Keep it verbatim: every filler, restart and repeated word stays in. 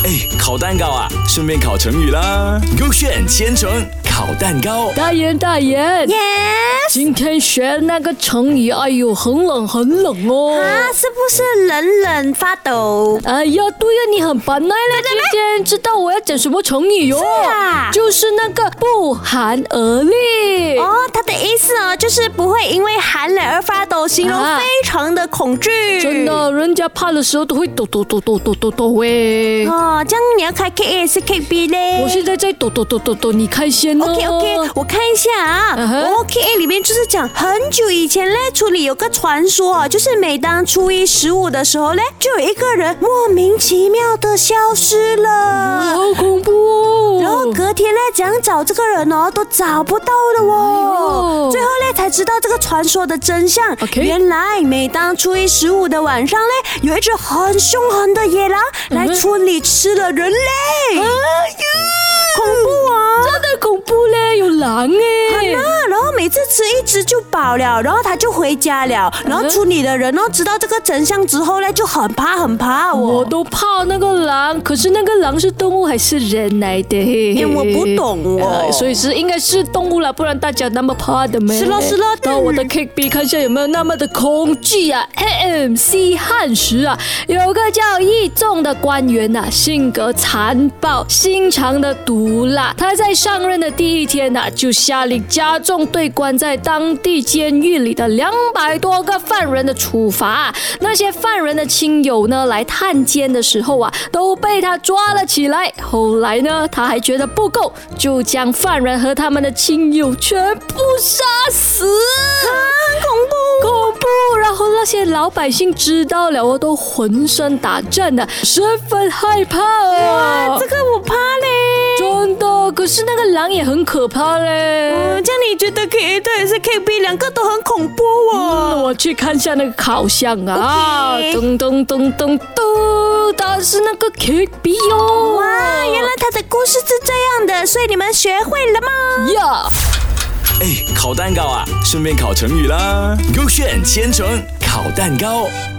哎，烤蛋糕啊，顺便烤成语啦。勾选千层烤蛋糕。 大言大言 ，yes， 今天学那个成语，哎呦，很冷很冷哦。 啊，是不是冷冷发抖？ 哎呀，对呀，你很烦耐了。今天知道我要讲什么成语哟？ 是啊， 就是那个不寒而栗。 哦，它的意思呢，就是不会因为寒冷而发抖，形容非常的恐惧。 真的，人家怕的时候都会抖抖抖抖抖抖抖哎。 哦，这样你要开 K A 还是 K B 嘞？ 我现在在抖抖抖抖抖，你开先哦。 OK OK， 我看一下啊。 嗯哼哦 K A 里面就是讲很久以前嘞，村里有个传说啊，就是每当初一十五的时候嘞，就有一个人莫名其妙的消失了， 好恐怖哦。 然后隔天嘞，怎样找这个人哦，都找不到的哦。 哎呦最后嘞，才知道这个传说的真相。 OK 原来每当初一十五的晚上嘞，有一只很凶狠的野狼来村里吃了人类。 哎呀， 恐怖啊！ 真的恐怖嘞，有狼哎。 啊，然后每次吃一只就饱了，然后他就回家了。然后村里的人哦，知道这个真相之后呢，就很怕很怕哦。 我都怕那个狼，可是那个狼是动物还是人来的？ 因为我不懂哦呃所以是应该是动物了，不然大家那么怕的没？ 是咯是咯到我的 K B 看一下有没有那么的恐惧啊 ！M C 汉时啊，有个叫义仲的官员呐、啊，性格残暴，心肠的毒辣。他在上任的第一天呐、啊，就下令加重对关在当地监狱里的两百多个犯人的处罚。那些犯人的亲友呢，来探监的时候啊，都被他抓了起来。后来呢，他还觉得不够，就将犯人和他们的亲友全部杀死。 啊，很恐怖， 恐怖！然后那些老百姓知道了，我都浑身打震的，十分害怕啊！ 哇，这个我怕嘞。 真的，可是那个狼也很可怕嘞。 嗯，这样你觉得 K A 对还是 K B 两个都很恐怖哦？ 嗯，我去看一下那个烤箱啊， OK 噔噔噔噔噔，答案是那个 K B 哦。 哇，原来他的故事是这样的，所以你们学会了吗？ 呀！ 哎，烤蛋糕啊，顺便烤成语啦。勾选千层烤蛋糕。